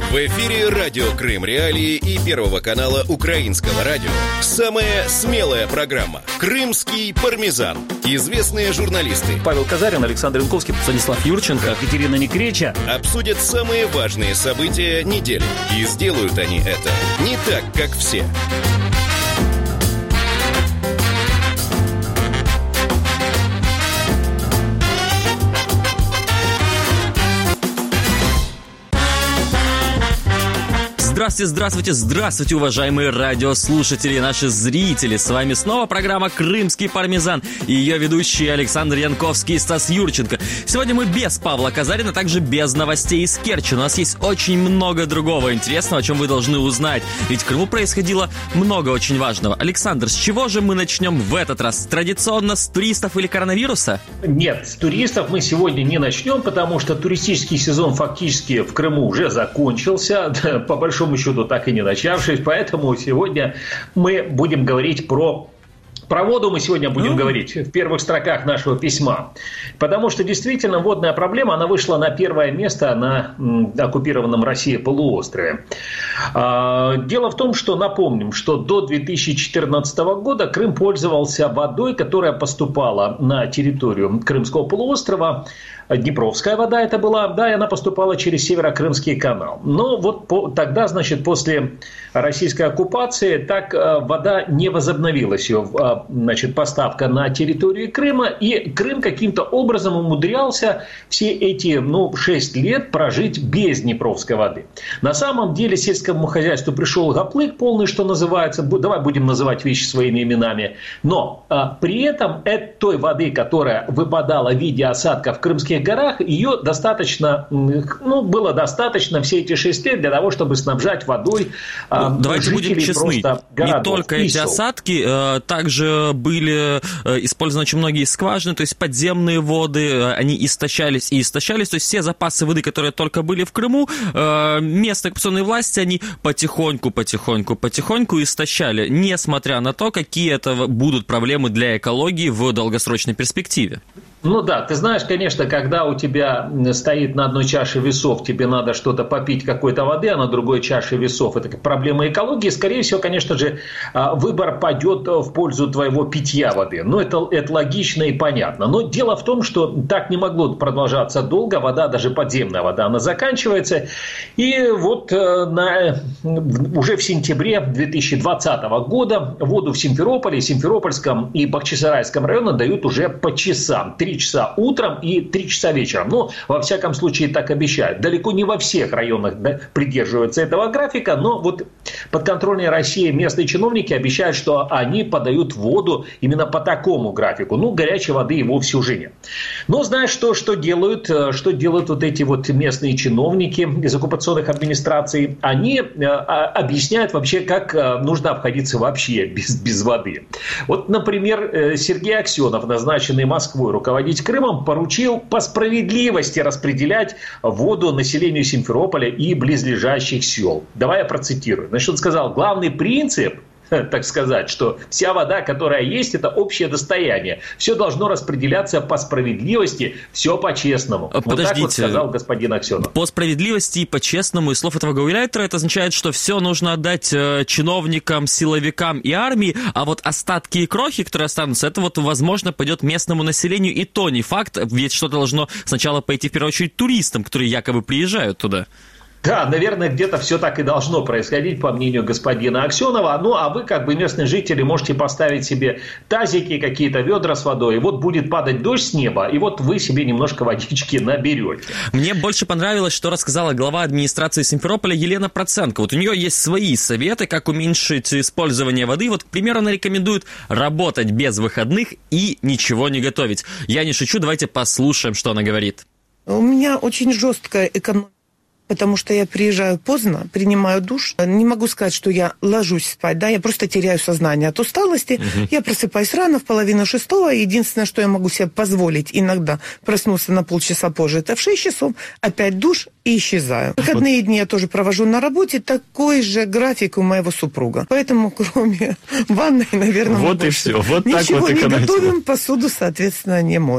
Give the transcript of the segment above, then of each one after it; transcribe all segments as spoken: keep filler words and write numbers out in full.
В эфире радио Крым Реалии и Первого канала Украинского радио. Самая смелая программа «Крымский пармезан». Известные журналисты Павел Казарин, Александр Янковский, Станислав Юрченко, Екатерина Некреча обсудят самые важные события недели. И сделают они это не так, как все. Здравствуйте, здравствуйте, здравствуйте, уважаемые радиослушатели, наши зрители. С вами снова программа «Крымский пармезан» и ее ведущие Александр Янковский и Стас Юрченко. Сегодня мы без Павла Казарина, также без новостей из Керчи. У нас есть очень много другого интересного, о чем вы должны узнать. Ведь в Крыму происходило много очень важного. Александр, с чего же мы начнем в этот раз? Традиционно с туристов или коронавируса? Нет, с туристов мы сегодня не начнем, потому что туристический сезон фактически в Крыму уже закончился, по большому счету так и не начавшись, поэтому сегодня мы будем говорить про... Про воду мы сегодня будем mm. говорить в первых строках нашего письма, потому что действительно водная проблема, она вышла на первое место на м, оккупированном Россией полуострове. А, дело в том, что, напомним, что до две тысячи четырнадцатого года Крым пользовался водой, которая поступала на территорию Крымского полуострова. Днепровская вода это была, да, и она поступала через Северокрымский канал. Но вот по, тогда, значит, после российской оккупации так э, вода не возобновилась, ее, э, значит, поставка на территорию Крыма, и Крым каким-то образом умудрялся все эти, ну, шесть лет прожить без Днепровской воды. На самом деле сельскому хозяйству пришел гаплык полный, что называется, давай будем называть вещи своими именами, но э, при этом от той воды, которая выпадала в виде осадков в Крымских горах, ее достаточно, ну, было достаточно все эти шесть лет для того, чтобы снабжать водой ну, давайте будем честны, не только эти сел. осадки, э, также были э, использованы очень многие скважины, то есть подземные воды, э, они истощались и истощались, то есть все запасы воды, которые только были в Крыму, э, местные оккупационные власти, они потихоньку, потихоньку, потихоньку истощали, несмотря на то, какие это будут проблемы для экологии в долгосрочной перспективе. Ну да, ты знаешь, конечно, когда у тебя стоит на одной чаше весов, тебе надо что-то попить, какой-то воды, а на другой чаше весов это проблема экологии, скорее всего, конечно же, выбор пойдет в пользу твоего питья воды. Ну, это, это логично и понятно. Но дело в том, что так не могло продолжаться долго, вода, даже подземная вода, она заканчивается. И вот на, уже в сентябре две тысячи двадцатого года воду в Симферополе, Симферопольском и Бахчисарайском районах дают уже по часам. Три часа утром и три часа вечером. Ну, во всяком случае, так обещают. Далеко не во всех районах придерживаются этого графика, но вот подконтрольные России местные чиновники обещают, что они подают воду именно по такому графику. Ну, горячей воды и вовсе уже нет. Но знаешь, что, что делают? Что делают вот эти вот местные чиновники из оккупационных администраций? Они объясняют вообще, как нужно обходиться вообще без, без воды. Вот, например, Сергей Аксенов, назначенный Москвой руководитель Крымом, поручил по справедливости распределять воду населению Симферополя и близлежащих сел. Давай я процитирую. Значит, он сказал, главный принцип, так сказать, что вся вода, которая есть, это общее достояние. Все должно распределяться по справедливости, все по-честному. Подождите, вот так вот сказал господин Аксенов. По справедливости и по-честному, из слов этого гауляйтера, это означает, что все нужно отдать э, чиновникам, силовикам и армии, а вот остатки и крохи, которые останутся, это вот, возможно, пойдет местному населению, и то не факт, ведь что-то должно сначала пойти, в первую очередь, туристам, которые якобы приезжают туда. Да, наверное, где-то все так и должно происходить, по мнению господина Аксенова. Ну, а вы, как бы местные жители, можете поставить себе тазики, какие-то ведра с водой, и вот будет падать дождь с неба, и вот вы себе немножко водички наберете. Мне больше понравилось, что рассказала глава администрации Симферополя Елена Проценко. Вот у нее есть свои советы, как уменьшить использование воды. Вот, к примеру, она рекомендует работать без выходных и ничего не готовить. Я не шучу, давайте послушаем, что она говорит. У меня очень жесткая экономика. Потому что я приезжаю поздно, принимаю душ. Не могу сказать, что я ложусь спать, да, я просто теряю сознание от усталости. Угу. Я просыпаюсь рано, в половину шестого. Единственное, что я могу себе позволить иногда проснуться на полчаса позже, это в шесть часов, опять душ и исчезаю. Выходные дни я тоже провожу на работе, такой же график у моего супруга. Поэтому, кроме ванной, наверное, вот и все. Вот ничего так вот не экономить. готовим, посуду, соответственно, не моем.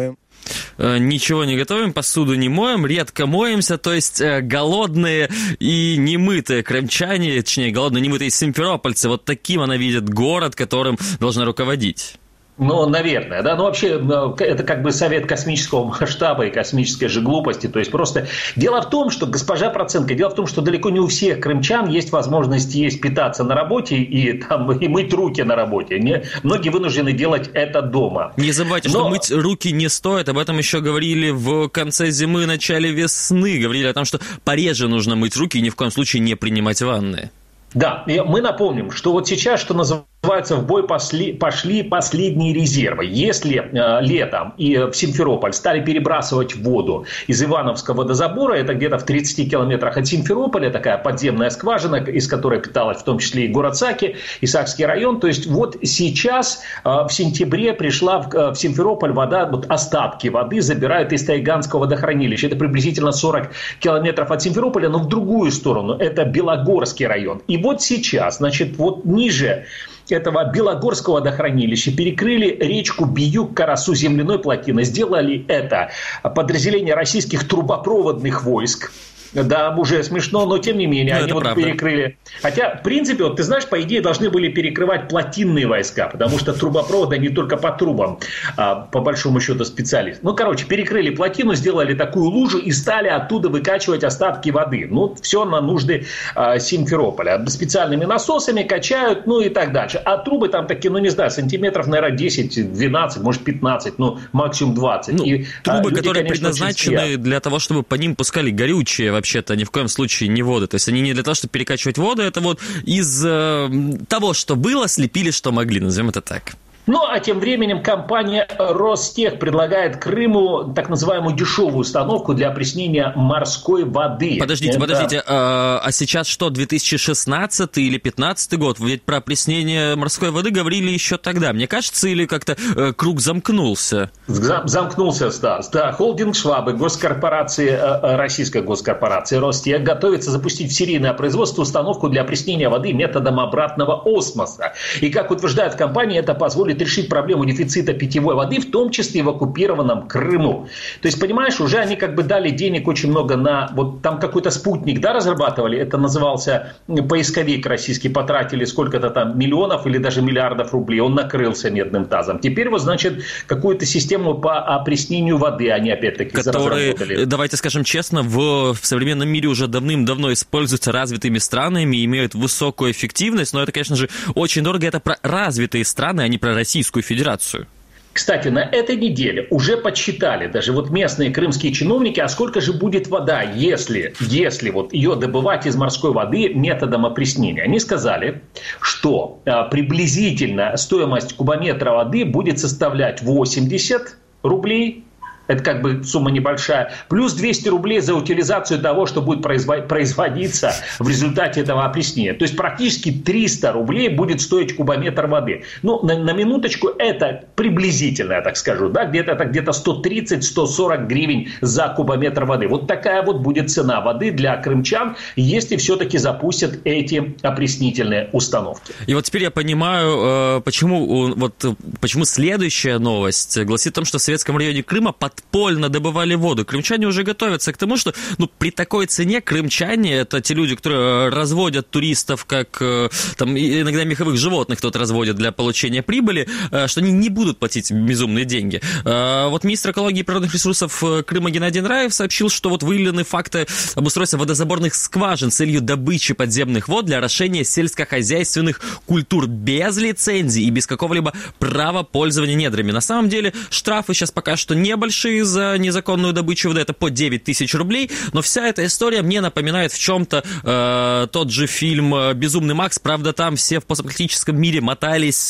Ничего не готовим, посуду не моем, редко моемся, то есть голодные и немытые крымчане, точнее, голодные немытые симферопольцы, вот таким она видит город, которым должна руководить. Ну, наверное, да, ну вообще это как бы совет космического масштаба и космической же глупости, то есть просто дело в том, что, госпожа Проценко, дело в том, что далеко не у всех крымчан есть возможность есть, питаться на работе и, там, и мыть руки на работе, не, многие вынуждены делать это дома. Не забывайте, Но... что мыть руки не стоит, об этом еще говорили в конце зимы, начале весны, говорили о том, что пореже нужно мыть руки и ни в коем случае не принимать ванны. Да, и мы напомним, что вот сейчас, что называется, в бой пошли, пошли последние резервы. Если э, летом и в Симферополь стали перебрасывать воду из Ивановского водозабора, это где-то в тридцати километрах от Симферополя, такая подземная скважина, из которой питалась в том числе и город Саки, и Сакский район. То есть вот сейчас э, в сентябре пришла в, э, в Симферополь вода, вот остатки воды забирают из Тайганского водохранилища. Это приблизительно сорок километров от Симферополя, но в другую сторону, это Белогорский район. И вот сейчас, значит, вот ниже этого Белогорского водохранилища перекрыли речку Биюк-Карасу земляной плотиной. Сделали это подразделение российских трубопроводных войск. Да, уже смешно, но тем не менее, но они вот правда. перекрыли. Хотя, в принципе, вот ты знаешь, по идее, должны были перекрывать плотинные войска, потому что трубопроводы не только по трубам, а, по большому счету, специалист. Ну, короче, перекрыли плотину, сделали такую лужу и стали оттуда выкачивать остатки воды. Ну, все на нужды а, Симферополя. Специальными насосами качают, ну и так дальше. А трубы там такие, ну, не знаю, сантиметров, наверное, десять-двенадцать, может, пятнадцать, ну, максимум двадцать. Ну, и, трубы, а, люди, которые конечно, предназначены для того, чтобы по ним пускали горючее, вообще-то ни в коем случае не воды. То есть они не для того, чтобы перекачивать воду, это вот из э, того, что было, слепили, что могли, назовем это так. Ну, а тем временем компания Ростех предлагает Крыму так называемую дешевую установку для опреснения морской воды. Подождите, это... подождите, а, а сейчас что, две тысячи шестнадцатый или две тысячи пятнадцатый год? Вы ведь про опреснение морской воды говорили еще тогда. Мне кажется, или как-то э, круг замкнулся? Замкнулся, Стас. Да, холдинг Швабы, госкорпорации, э, российской госкорпорации Ростех готовится запустить в серийное производство установку для опреснения воды методом обратного осмоса. И, как утверждает компания, это позволит решить проблему дефицита питьевой воды, в том числе и в оккупированном Крыму. То есть, понимаешь, уже они как бы дали денег очень много на... Вот там какой-то спутник, да, разрабатывали, это назывался поисковик российский, потратили сколько-то там миллионов или даже миллиардов рублей, он накрылся медным тазом. Теперь вот, значит, какую-то систему по опреснению воды они опять-таки которые, разработали. Давайте скажем честно, в, в современном мире уже давным-давно используются развитыми странами, имеют высокую эффективность, но это, конечно же, очень дорого. Это про развитые страны, а не про Российскую Федерацию. Кстати, на этой неделе уже подсчитали даже вот местные крымские чиновники, а сколько же будет вода, если, если вот ее добывать из морской воды методом опреснения. Они сказали, что а, приблизительно стоимость кубометра воды будет составлять восемьдесят рублей. Это как бы сумма небольшая. Плюс двести рублей за утилизацию того, что будет производиться в результате этого опреснения. То есть практически триста рублей будет стоить кубометр воды. Ну, на, на минуточку, это приблизительно, я так скажу, да, где-то, это где-то сто тридцать - сто сорок гривен за кубометр воды. Вот такая вот будет цена воды для крымчан, если все-таки запустят эти опреснительные установки. И вот теперь я понимаю, почему, вот, почему следующая новость гласит о том, что в советском районе Крыма под подпольно добывали воду. Крымчане уже готовятся к тому, что ну, при такой цене крымчане, это те люди, которые разводят туристов, как там, иногда меховых животных кто-то разводит для получения прибыли, что они не будут платить безумные деньги. Вот министр экологии и природных ресурсов Крыма Геннадий Нраев сообщил, что вот выявлены факты обустройства водозаборных скважин с целью добычи подземных вод для орошения сельскохозяйственных культур без лицензии и без какого-либо права пользования недрами. На самом деле штрафы сейчас пока что небольшие за незаконную добычу воды, это по девять тысяч рублей, но вся эта история мне напоминает в чем-то э, тот же фильм «Безумный Макс», правда, там все в постапокалиптическом мире мотались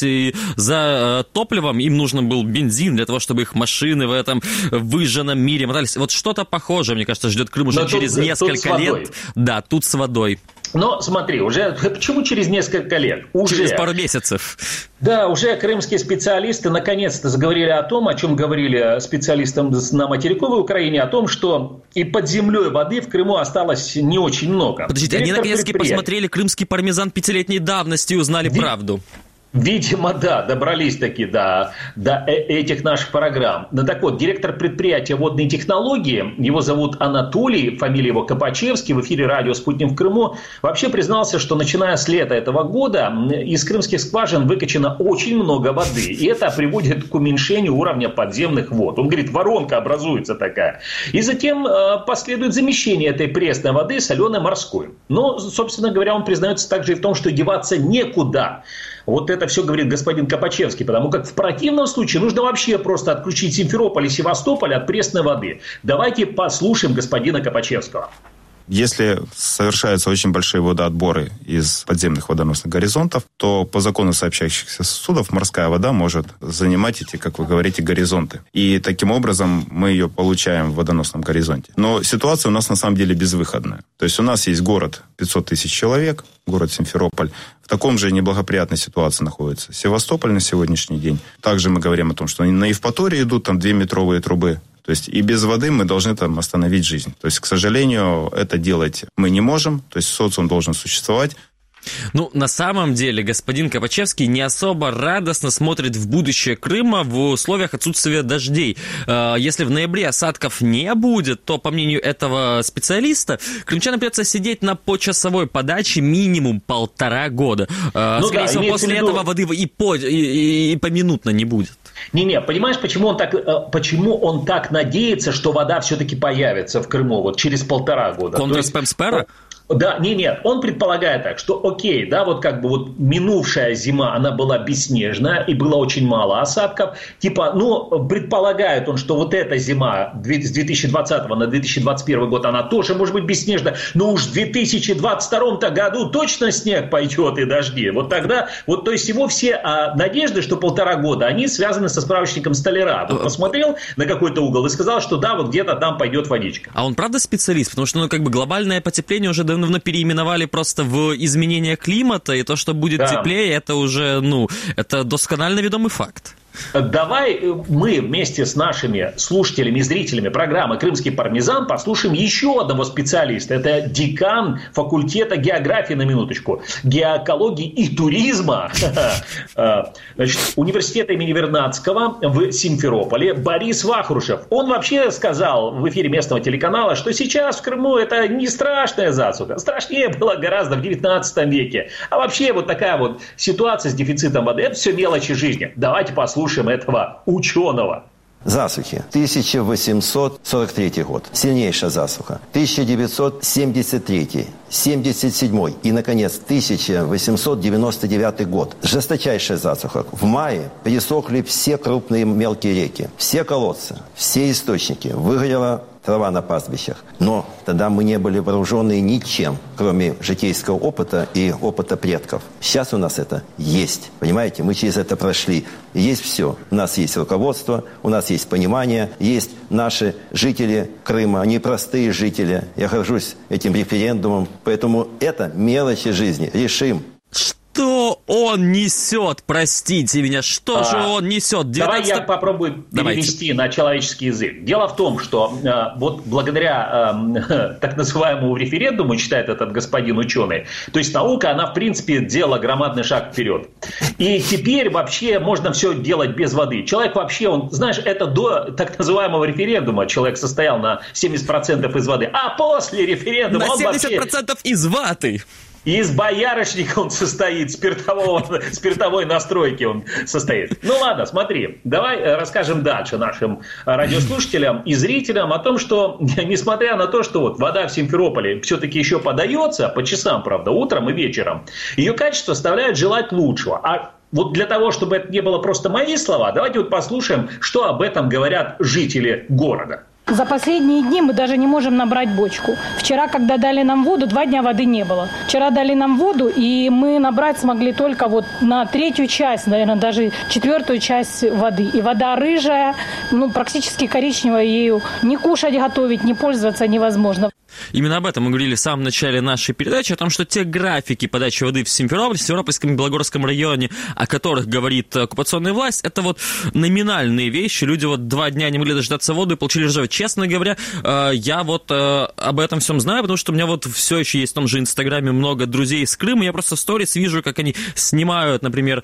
за э, топливом, им нужен был бензин для того, чтобы их машины в этом выжженном мире мотались. Вот что-то похожее, мне кажется, ждет Крым уже но через тут, несколько тут лет. Да, тут с водой. Но смотри, уже почему через несколько лет? Уже, через пару месяцев. Да, уже крымские специалисты наконец-то заговорили о том, о чем говорили специалистам на материковой Украине, о том, что и под землей воды в Крыму осталось не очень много. Подождите, Директор они наконец-таки посмотрели крымский пармезан пятилетней давности и узнали Ди... правду. Видимо, да, добрались таки до, до этих наших программ. Ну так вот, директор предприятия «Водные технологии», его зовут Анатолий, фамилия его Копачевский, в эфире радио «Спутник» в Крыму, вообще признался, что начиная с лета этого года из крымских скважин выкачано очень много воды. И это приводит к уменьшению уровня подземных вод. Он говорит, воронка образуется такая. И затем э, последует замещение этой пресной воды соленой морской. Но, собственно говоря, он признается также и в том, что деваться некуда. Вот это все говорит господин Копачевский, потому как в противном случае нужно вообще просто отключить Симферополь и Севастополь от пресной воды. Давайте послушаем господина Копачевского. Если совершаются очень большие водоотборы из подземных водоносных горизонтов, то по закону сообщающихся сосудов морская вода может занимать эти, как вы говорите, горизонты. И таким образом мы ее получаем в водоносном горизонте. Но ситуация у нас на самом деле безвыходная. То есть у нас есть город пятьсот тысяч человек, город Симферополь. В таком же неблагоприятной ситуации находится Севастополь на сегодняшний день. Также мы говорим о том, что на Евпатории идут там две метровые трубы. То есть и без воды мы должны там остановить жизнь. То есть, к сожалению, это делать мы не можем. То есть социум должен существовать. Ну, на самом деле, господин Копачевский не особо радостно смотрит в будущее Крыма в условиях отсутствия дождей. Если в ноябре осадков не будет, то, по мнению этого специалиста, крымчанам придется сидеть на почасовой подаче минимум полтора года. Ну, Скорее да, всего, после виду... этого воды и, по, и, и поминутно не будет. Не-не, понимаешь, почему он, так, почему он так надеется, что вода все-таки появится в Крыму вот через полтора года? Контрспемспера? Да, не, нет, он предполагает так, что окей, да, вот как бы вот минувшая зима, она была бесснежная и было очень мало осадков, типа, ну, предполагает он, что вот эта зима с две тысячи двадцатого на две тысячи двадцать первый год, она тоже может быть бесснежная, но уж в две тысячи двадцать втором-то году точно снег пойдет и дожди, вот тогда, вот, то есть его все а, надежды, что полтора года, они связаны со справочником столяра, он посмотрел на какой-то угол и сказал, что да, вот где-то там пойдет водичка. А он правда специалист? Потому что, ну, как бы глобальное потепление уже давно переименовали просто в изменение климата, и то, что будет да. теплее, это уже, ну, это досконально ведомый факт. Давай мы вместе с нашими слушателями и зрителями программы «Крымский пармезан» послушаем еще одного специалиста. Это декан факультета географии, на минуточку, геокологии и туризма значит, университета имени Вернадского в Симферополе Борис Вахрушев. Он вообще сказал в эфире местного телеканала, что сейчас в Крыму это не страшная засуха. Страшнее было гораздо в девятнадцатом веке. А вообще вот такая вот ситуация с дефицитом воды – это все мелочи жизни. Давайте послушаем этого ученого. Засухи. тысяча восемьсот сорок третий год. Сильнейшая засуха. тысяча девятьсот семьдесят третий. семьдесят седьмой. И, наконец, тысяча восемьсот девяносто девятый год. Жесточайшая засуха. В мае пересохли все крупные мелкие реки. Все колодцы, все источники. Выгорела трава на пастбищах. Но тогда мы не были вооружены ничем, кроме житейского опыта и опыта предков. Сейчас у нас это есть. Понимаете, мы через это прошли. Есть все. У нас есть руководство, у нас есть понимание, есть наши жители Крыма, они простые жители. Я горжусь этим референдумом. Поэтому это мелочи жизни. Решим. Что он несет? Простите меня, что а, же он несет? девятнадцатый... Давай я попробую перевести Давайте. на человеческий язык. Дело в том, что э, вот благодаря э, так называемому референдуму, читает этот господин ученый, то есть наука, она в принципе сделала громадный шаг вперед. И теперь вообще можно все делать без воды. Человек вообще, он, знаешь, это до так называемого референдума человек состоял на семьдесят процентов из воды, а после референдума на он семьдесят процентов вообще... из ваты. Из боярышника он состоит, спиртового, спиртовой настройки он состоит. Ну ладно, смотри, давай расскажем дальше нашим радиослушателям и зрителям о том, что несмотря на то, что вот вода в Симферополе все-таки еще подается, по часам, правда, утром и вечером, ее качество оставляет желать лучшего. А вот для того, чтобы это не было просто мои слова, давайте вот послушаем, что об этом говорят жители города. За последние дни мы даже не можем набрать бочку. Вчера, когда дали нам воду, два дня воды не было. Вчера дали нам воду, и мы набрать смогли только вот на третью часть, наверное, даже четвертую часть воды. И вода рыжая, ну, практически коричневая, ею ни кушать готовить, ни пользоваться невозможно. Именно об этом мы говорили в самом начале нашей передачи, о том, что те графики подачи воды в Симферополе, в Симферопольском и Белогорском районе, о которых говорит оккупационная власть, это вот номинальные вещи. Люди вот два дня не могли дождаться воду и получили ржавую. Честно говоря, я вот об этом всем знаю, потому что у меня вот все еще есть в том же Инстаграме много друзей из Крыма. Я просто в сторис вижу, как они снимают, например,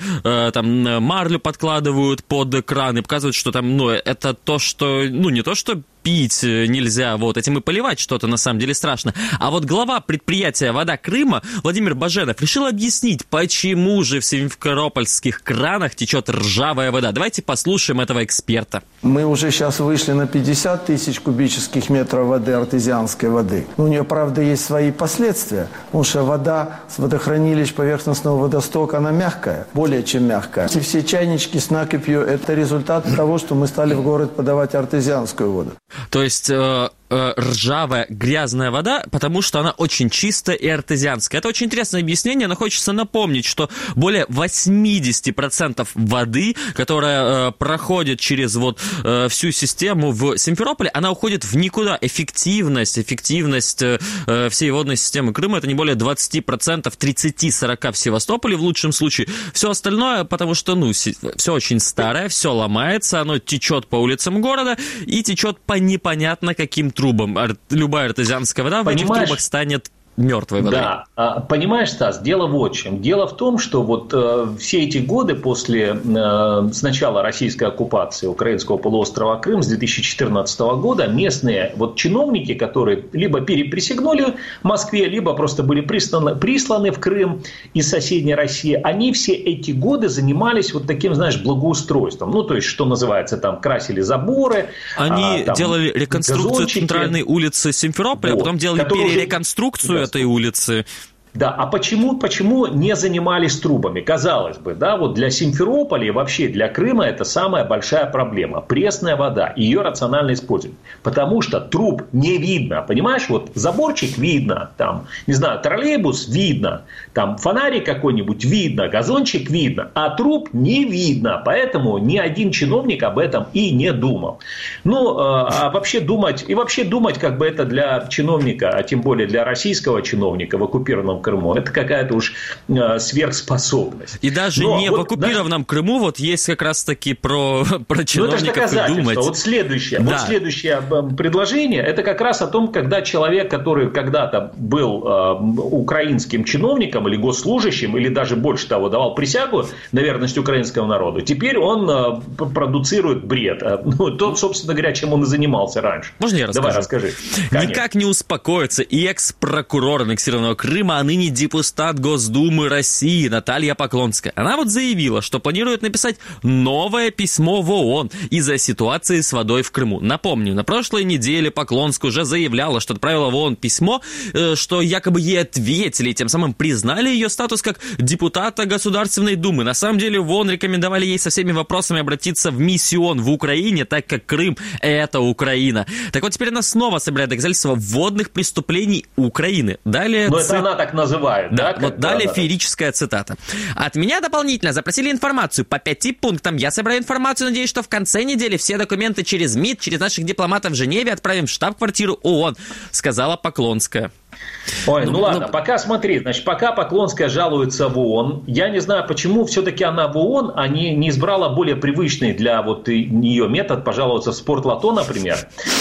там марлю подкладывают под кран и показывают, что там, ну, это то, что, ну, не то, что пить нельзя, вот, этим и поливать что-то на самом деле страшно. А вот глава предприятия «Вода Крыма» Владимир Баженов решил объяснить, почему же в симферопольских кранах течет ржавая вода. Давайте послушаем этого эксперта. Мы уже сейчас вышли на пятьдесят тысяч кубических метров воды, артезианской воды. У нее, правда, есть свои последствия, потому что вода с водохранилищ поверхностного водостока, она мягкая, более чем мягкая. Эти все чайнички с накипью – это результат того, что мы стали в город подавать артезианскую воду. То есть э, э, ржавая, грязная вода, потому что она очень чистая и артезианская. Это очень интересное объяснение, но хочется напомнить, что более восемьдесят процентов воды, которая э, проходит через вот э, всю систему в Симферополе, она уходит в никуда. Эффективность, эффективность э, всей водной системы Крыма — это не более двадцать процентов, тридцать-сорок процентов в Севастополе в лучшем случае. Все остальное, потому что, ну, все очень старое, все ломается, оно течет по улицам города и течет по непонятно каким трубам. Ар- любая артезианская вода в этих трубах станет мертвой водой. Да, понимаешь, Стас, дело вот в чем. Дело в том, что вот э, все эти годы после э, с начала российской оккупации украинского полуострова Крым с две тысячи четырнадцатого года местные вот чиновники, которые либо переприсягнули в Москве, либо просто были присланы, присланы в Крым из соседней России, они все эти годы занимались вот таким, знаешь, благоустройством. Ну, то есть, что называется, там, красили заборы. Они а, там, делали реконструкцию газончики. Центральной улицы Симферополя, вот, а потом делали перереконструкцию этой улицы. Да, а почему, почему не занимались трубами? Казалось бы, да, вот для Симферополя и вообще для Крыма это самая большая проблема. Пресная вода, ее рационально использовать. Потому что труб не видно, понимаешь? Вот заборчик видно, там, не знаю, троллейбус видно, там фонарик какой-нибудь видно, газончик видно, а труб не видно. Поэтому ни один чиновник об этом и не думал. Ну, а вообще думать, и вообще думать, как бы это для чиновника, а тем более для российского чиновника в оккупированном Крыму, это какая-то уж э, сверхспособность. И даже Но не вот, в оккупированном да, Крыму вот есть как раз-таки про, про чиновников и думать. Вот следующее, да. вот следующее предложение, это как раз о том, когда человек, который когда-то был э, украинским чиновником или госслужащим, или даже больше того, давал присягу на верность украинскому народу, теперь он э, продуцирует бред. Ну, то, собственно говоря, чем он и занимался раньше. Можно я расскажу? Давай, расскажи. Конечно. Никак не успокоится и экс-прокурор аннексированного Крыма, а ныне депутат Госдумы России Наталья Поклонская. Она вот заявила, что планирует написать новое письмо в ООН из-за ситуации с водой в Крыму. Напомню, на прошлой неделе Поклонская уже заявляла, что отправила в ООН письмо, что якобы ей ответили, и тем самым признали ее статус как депутата Государственной Думы. На самом деле в ООН рекомендовали ей со всеми вопросами обратиться в миссион в Украине, так как Крым – это Украина. Так вот, теперь она снова собирает доказательства водных преступлений Украины. Далее... Но это она так называют, да? Да, вот далее да, феерическая цитата. От меня дополнительно запросили информацию по пяти пунктам. Я собираю информацию, надеюсь, что в конце недели все документы через МИД, через наших дипломатов в Женеве отправим в штаб-квартиру ООН, сказала Поклонская. Ой, ну, ну ладно, ну... пока смотри, значит, пока Поклонская жалуется в ООН, я не знаю, почему все-таки она в ООН, а не, не избрала более привычный для вот нее метод пожаловаться в Спортлото, например.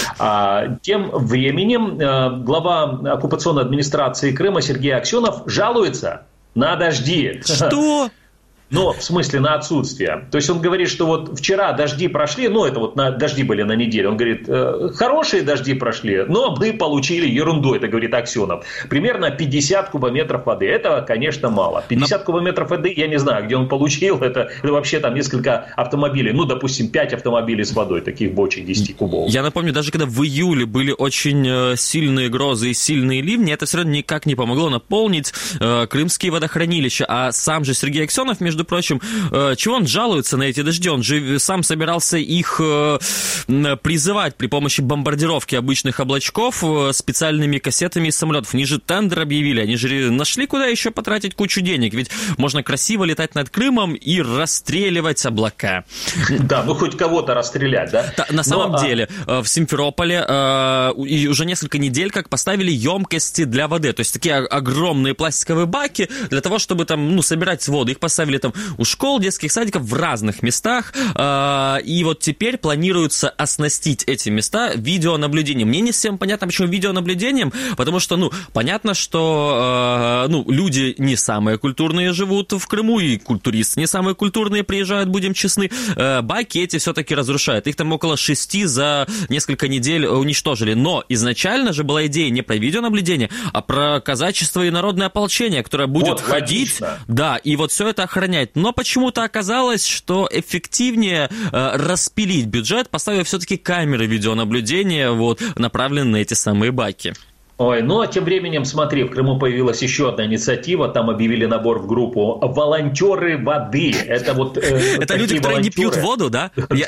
А, тем временем глава оккупационной администрации Крыма Сергей Аксенов жалуется на дожди. Что? Но в смысле на отсутствие. То есть он говорит, что вот вчера дожди прошли, ну это вот на, дожди были на неделю. Он говорит, э, хорошие дожди прошли, но мы получили ерунду, это говорит Аксенов. Примерно пятьдесят кубометров воды. Это, конечно, мало. пятьдесят но... кубометров воды, я не знаю, где он получил. Это, это вообще там несколько автомобилей. Ну, допустим, пять автомобилей с водой, таких бочек десять кубов. Я напомню, даже когда в июле были очень сильные грозы и сильные ливни, это все равно никак не помогло наполнить э, крымские водохранилища. А сам же Сергей Аксенов, между между прочим. Чего он жалуется на эти дожди? Он же сам собирался их призывать при помощи бомбардировки обычных облачков специальными кассетами из самолетов. Они же тендер объявили, они же нашли, куда еще потратить кучу денег. Ведь можно красиво летать над Крымом и расстреливать облака. Да, ну хоть кого-то расстрелять, да? да на самом Но, деле, а... в Симферополе и уже несколько недель как поставили емкости для воды. То есть такие огромные пластиковые баки для того, чтобы там, ну, собирать воду. Их поставили там у школ, детских садиков в разных местах. И вот теперь планируется оснастить эти места видеонаблюдением. Мне не всем понятно, почему видеонаблюдением, потому что, ну, понятно, что ну, люди не самые культурные живут в Крыму, и туристы не самые культурные приезжают, будем честны. Баки эти все-таки разрушают. Их там около шести за несколько недель уничтожили. Но изначально же была идея не про видеонаблюдение, а про казачество и народное ополчение, которое будет вот, ходить, логично. Да, и вот все это охранять. Но почему-то оказалось, что эффективнее э, распилить бюджет, поставив все-таки камеры видеонаблюдения, вот, направленные на эти самые баки. Ой, ну а тем временем, смотри, в Крыму появилась еще одна инициатива, там объявили набор в группу «Волонтеры воды». Это вот э, это люди, которые не пьют воду, да?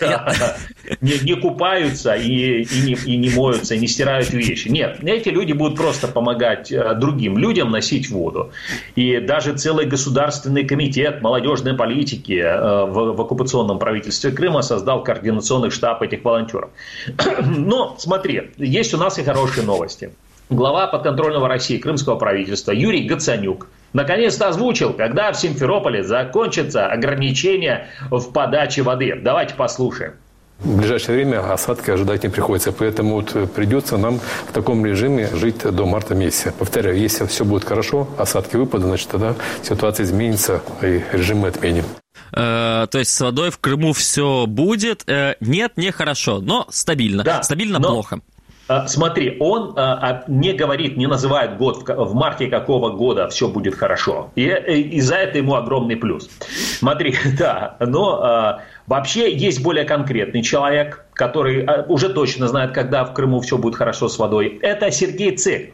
Не купаются и не моются, и не стирают вещи. Нет, эти люди будут просто помогать другим людям носить воду. И даже целый государственный комитет молодежной политики в оккупационном правительстве Крыма создал координационный штаб этих волонтеров. Но смотри, есть у нас и хорошие новости. Глава подконтрольного России крымского правительства Юрий Гацанюк наконец-то озвучил, когда в Симферополе закончатся ограничения в подаче воды. Давайте послушаем. В ближайшее время осадки ожидать не приходится, поэтому вот придется нам в таком режиме жить до марта месяца. Повторяю, если все будет хорошо, осадки выпадут, значит тогда ситуация изменится и режим мы отменим. Э, то есть с водой в Крыму все будет. Э, нет, не хорошо, но стабильно. Да, стабильно но... плохо. Смотри, он а, не говорит, не называет год, в, в марте какого года все будет хорошо. И, и, и за это ему огромный плюс. Смотри, да, но а, вообще есть более конкретный человек, который а, уже точно знает, когда в Крыму все будет хорошо с водой. Это Сергей Цепь.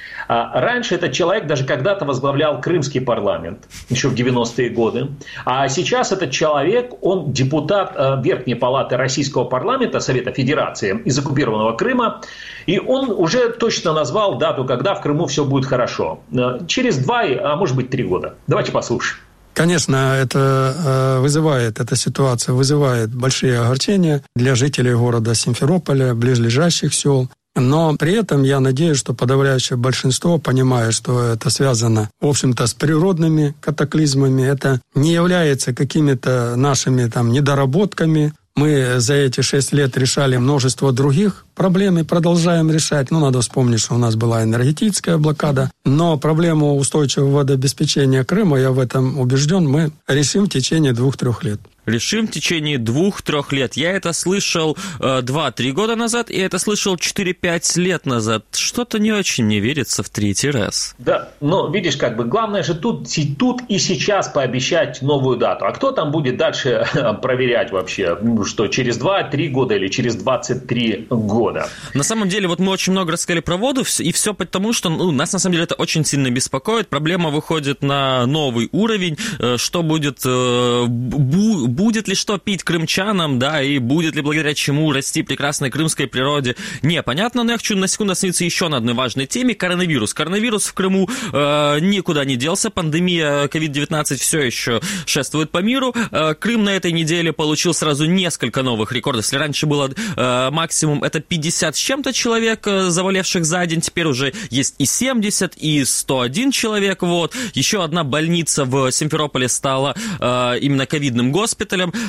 А раньше этот человек даже когда-то возглавлял крымский парламент, еще в девяностые годы. А сейчас этот человек, он депутат Верхней палаты Российского парламента, Совета Федерации из оккупированного Крыма. И он уже точно назвал дату, когда в Крыму все будет хорошо. Через два, а может быть три года. Давайте послушаем. Конечно, это вызывает, эта ситуация вызывает большие огорчения для жителей города Симферополя, близлежащих сел. Но при этом я надеюсь, что подавляющее большинство понимает, что это связано, в общем-то, с природными катаклизмами. Это не является какими-то нашими там недоработками. Мы за эти шесть лет решали множество других проблем и продолжаем решать. Ну, надо вспомнить, что у нас была энергетическая блокада. Но проблему устойчивого водообеспечения Крыма, я в этом убежден, мы решим в течение двух-трех лет. Решим в течение двух-трех лет. Я это слышал э, два-три года назад, и это слышал четыре-пять лет назад. Что-то не очень не верится в третий раз. Да, но видишь, как бы главное же тут, тут и сейчас пообещать новую дату. А кто там будет дальше проверять вообще, что через два-три года или через двадцать три года? На самом деле, вот мы очень много рассказали про воду, и все потому, что ну, нас на самом деле это очень сильно беспокоит. Проблема выходит на новый уровень. Что будет... Э, бу- Будет ли что пить крымчанам, да, и будет ли благодаря чему расти прекрасной крымской природе, непонятно, но я хочу на секунду остановиться еще на одной важной теме – коронавирус. Коронавирус в Крыму э, никуда не делся, пандемия ковид девятнадцать все еще шествует по миру. Э, Крым на этой неделе получил сразу несколько новых рекордов. Если раньше было э, максимум это пятьдесят с чем-то человек, э, заболевших за день, теперь уже есть и семьдесят, и сто один человек, вот. Еще одна больница в Симферополе стала э, именно ковидным госпиталем.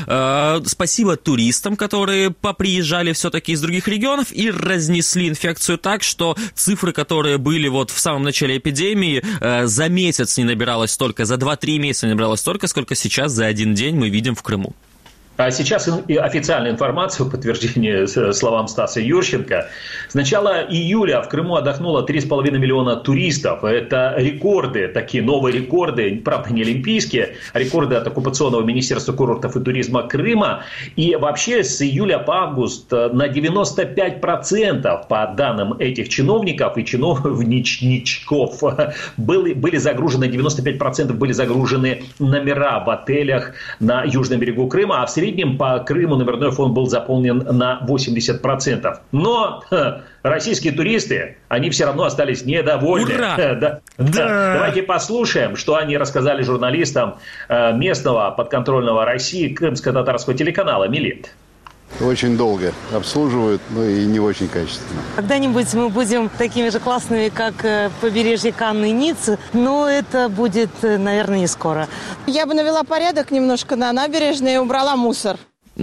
Спасибо туристам, которые поприезжали все-таки из других регионов и разнесли инфекцию так, что цифры, которые были вот в самом начале эпидемии, за месяц не набиралось столько, за два-три месяца не набиралось столько, сколько сейчас за один день мы видим в Крыму. А сейчас официальная информация, подтверждение словам Стаса Юрченко. С начала июля в Крыму отдохнуло три с половиной миллиона туристов. Это рекорды, такие новые рекорды, правда не олимпийские, а рекорды от оккупационного министерства курортов и туризма Крыма. И вообще с июля по август на девяносто пять процентов по данным этих чиновников и чиновничков были, были загружены, девяносто пять процентов были загружены номера в отелях на южном берегу Крыма, а в среднем В среднем по Крыму номерной фонд был заполнен на восемьдесят процентов. Но ха, российские туристы, они все равно остались недовольны. Ура! Да, да. Да. Давайте послушаем, что они рассказали журналистам местного подконтрольного России крымско-татарского телеканала «Милет». Очень долго обслуживают, но и не очень качественно. Когда-нибудь мы будем такими же классными, как побережье Канны и Ниццы, но это будет, наверное, не скоро. Я бы навела порядок немножко на набережной и убрала мусор.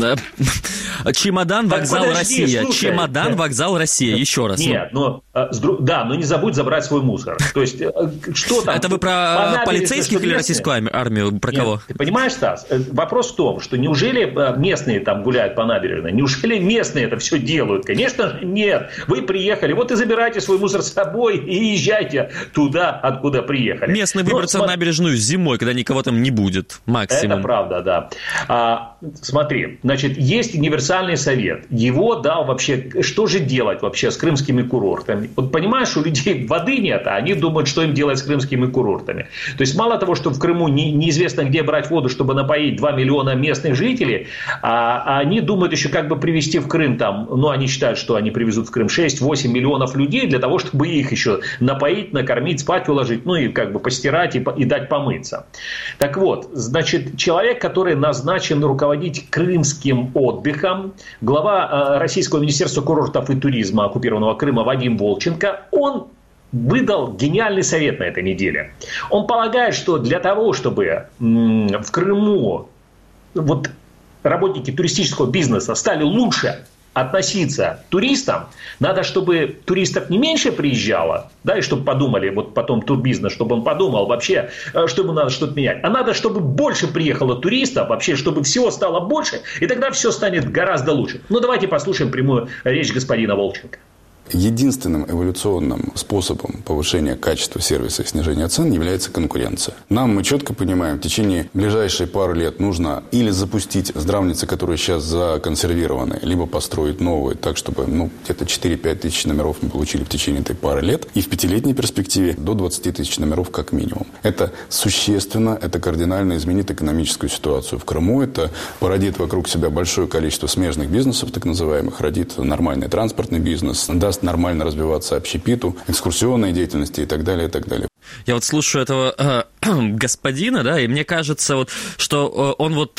Чемодан, вокзал, подожди, Россия. Слушай. Чемодан, вокзал, Россия. Еще раз. Нет, ну, да, но не забудь забрать свой мусор. То есть, что там? Это вы про полицейских или российскую армию? Про Нет, кого? Ты понимаешь, Стас? Вопрос в том, что неужели местные там гуляют по набережной? Неужели местные это все делают? Конечно же, нет. Вы приехали, вот и забирайте свой мусор с собой и езжайте туда, откуда приехали. Местные выберутся на набережную зимой, когда никого там не будет. Максимум. Это правда, да. А, смотри, значит, есть универсальный совет. Его дал вообще, что же делать вообще с крымскими курортами? Вот понимаешь, у людей воды нет, а они думают, что им делать с крымскими курортами. То есть, мало того, что в Крыму не, неизвестно, где брать воду, чтобы напоить два миллиона местных жителей, а, а они думают еще, как бы привезти в Крым там, ну, они считают, что они привезут в Крым шесть-восемь миллионов людей для того, чтобы их еще напоить, накормить, спать уложить, ну, и как бы постирать и, и дать помыться. Так вот, значит, человек, который назначен руководить крымским отдыхом, глава Российского министерства курортов и туризма оккупированного Крыма Вадим Волченко, он выдал гениальный совет на этой неделе. Он полагает, что для того, чтобы в Крыму вот работники туристического бизнеса стали лучше относиться к туристам, надо, чтобы туристов не меньше приезжало, да, и чтобы подумали, вот потом турбизнес, чтобы он подумал вообще, что ему надо что-то менять. А надо, чтобы больше приехало туристов, вообще, чтобы всего стало больше, и тогда все станет гораздо лучше. Ну, давайте послушаем прямую речь господина Волченко. Единственным эволюционным способом повышения качества сервиса и снижения цен является конкуренция. Нам, мы четко понимаем, в течение ближайшей пары лет нужно или запустить здравницы, которые сейчас законсервированы, либо построить новые, так, чтобы ну, где-то четыре-пять тысяч номеров мы получили в течение этой пары лет. И в пятилетней перспективе до двадцати тысяч номеров как минимум. Это существенно, это кардинально изменит экономическую ситуацию в Крыму. Это породит вокруг себя большое количество смежных бизнесов, так называемых, родит нормальный транспортный бизнес, даст нормально развиваться общепиту, экскурсионной деятельности и так далее, и так далее. Я вот слушаю этого э, господина, да, и мне кажется, вот, что он вот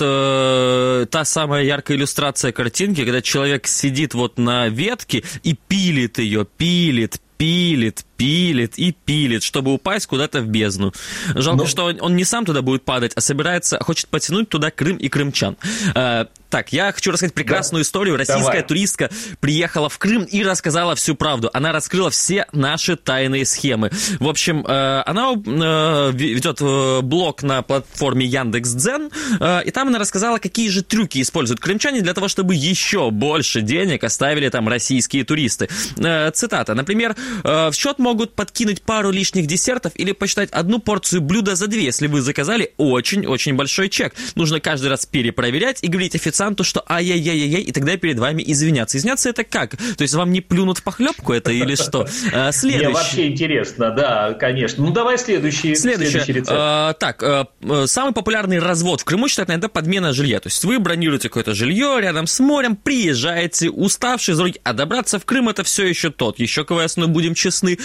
э, та самая яркая иллюстрация картинки, когда человек сидит вот на ветке и пилит ее, пилит, пилит, пилит и пилит, чтобы упасть куда-то в бездну. Жалко, Но... что он, он не сам туда будет падать, а собирается, хочет потянуть туда Крым и крымчан. Э, так, я хочу рассказать прекрасную да. историю. Российская Давай. туристка приехала в Крым и рассказала всю правду. Она раскрыла все наши тайные схемы. В общем, э, она э, ведет блог на платформе Яндекс.Дзен, э, и там она рассказала, какие же трюки используют крымчане для того, чтобы еще больше денег оставили там российские туристы. Э, цитата. Например, э, в счет могут подкинуть пару лишних десертов или посчитать одну порцию блюда за две, если вы заказали очень-очень большой чек. Нужно каждый раз перепроверять и говорить официанту, что ай-яй-яй-яй, и тогда перед вами извиняться. Извиняться это как? То есть вам не плюнут в похлебку это или что? Следующий. Мне вообще интересно, да, конечно. Ну, давай следующий, следующий рецепт. А, так, а, самый популярный развод в Крыму считают, это подмена жилья. То есть вы бронируете какое-то жилье рядом с морем, приезжаете, уставшие из дороги, а добраться в Крым это все еще тот. Еще КВС, ну, будем честны.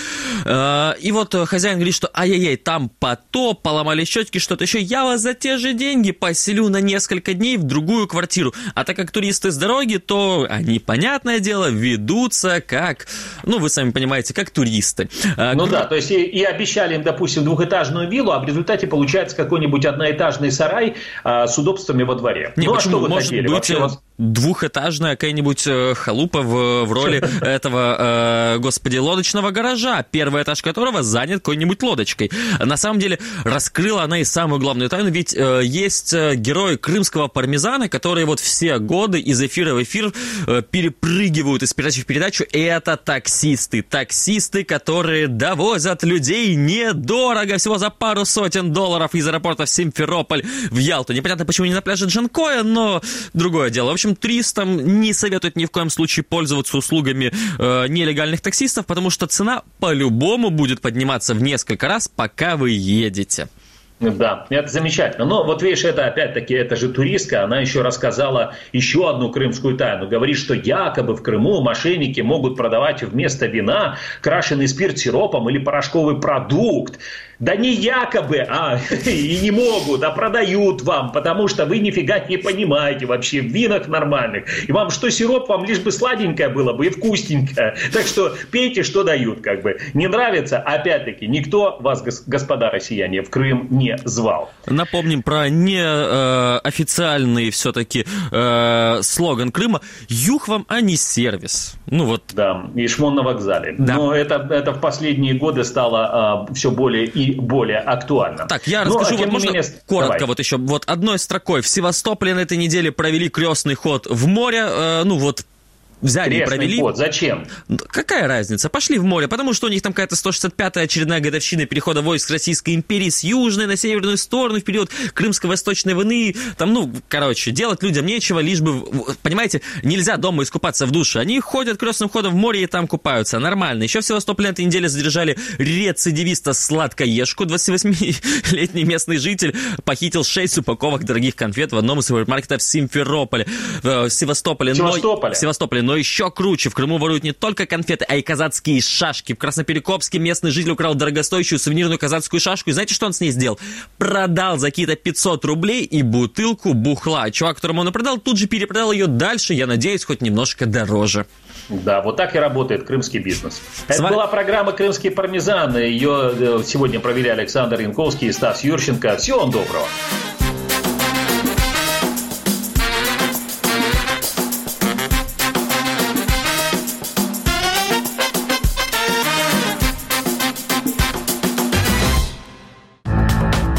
И вот хозяин говорит, что ай-яй-яй, там потоп, поломали щетки, что-то еще. Я вас за те же деньги поселю на несколько дней в другую квартиру. А так как туристы с дороги, то они, понятное дело, ведутся как, ну, вы сами понимаете, как туристы. Ну Гр... да, то есть и, и обещали им, допустим, двухэтажную виллу, а в результате получается какой-нибудь одноэтажный сарай а, с удобствами во дворе. Не, ну почему? А что вы Может хотели? быть, Вообще, вас... двухэтажная какая-нибудь халупа в, в роли этого, э, господи, лодочного гаража, первый этаж которого занят какой-нибудь лодочкой. На самом деле, раскрыла она и самую главную тайну, ведь э, есть герои крымского пармезана, которые вот все годы из эфира в эфир э, перепрыгивают из передачи в передачу. И это таксисты. Таксисты, которые довозят людей недорого, всего за пару сотен долларов из аэропорта в Симферополь в Ялту. Непонятно, почему не на пляже Джанкоя, но другое дело. В общем, туристам не советуют ни в коем случае пользоваться услугами э, нелегальных таксистов, потому что цена по-любому будет подниматься в несколько раз, пока вы едете. Да, это замечательно. Но вот видишь, это опять-таки, это же туристка, она еще рассказала еще одну крымскую тайну. Говорит, что якобы в Крыму мошенники могут продавать вместо вина крашеный спирт сиропом или порошковый продукт. Да не якобы, а и не могут, а продают вам, потому что вы нифига не понимаете вообще в винах нормальных. И вам что сироп, вам лишь бы сладенькое было бы и вкусненькое. Так что пейте, что дают, как бы. Не нравится, опять-таки, никто вас, господа россияне, в Крым не звал. Напомним про неофициальный э, все-таки э, слоган Крыма: «Юг вам, а не сервис». Ну вот. Да, и шмон на вокзале. Да. Но это, это в последние годы стало э, все более и более актуально. Так, я расскажу, ну, а вот можно менее... коротко Давай. вот еще. Вот одной строкой. В Севастополе на этой неделе провели крестный ход в море. Э, ну вот, взяли Крестный и провели. ход. Зачем? Какая разница? Пошли в море, потому что у них там какая-то сто шестьдесят пятая очередная годовщина перехода войск Российской империи с южной на северную сторону в период Крымско-Восточной войны. Там, ну, короче, делать людям нечего, лишь бы, понимаете, нельзя дома искупаться в душе. Они ходят крестным ходом в море и там купаются. Нормально. Еще в Севастополе на этой неделе задержали рецидивиста-сладкоежку. двадцативосьмилетний местный житель похитил шесть упаковок дорогих конфет в одном из супермаркетов в Симферополе. В Севастополе. Севастополе. Но... В Севастополе. Но еще круче. В Крыму воруют не только конфеты, а и казацкие шашки. В Красноперекопске местный житель украл дорогостоящую сувенирную казацкую шашку. И знаете, что он с ней сделал? Продал за какие-то пятьсот рублей и бутылку бухла. Чувак, которому он ее продал, тут же перепродал ее дальше, я надеюсь, хоть немножко дороже. Да, вот так и работает крымский бизнес. Это С вами... была программа «Крымский пармезан». Ее сегодня провели Александр Янковский и Стас Юрченко. Всего вам доброго.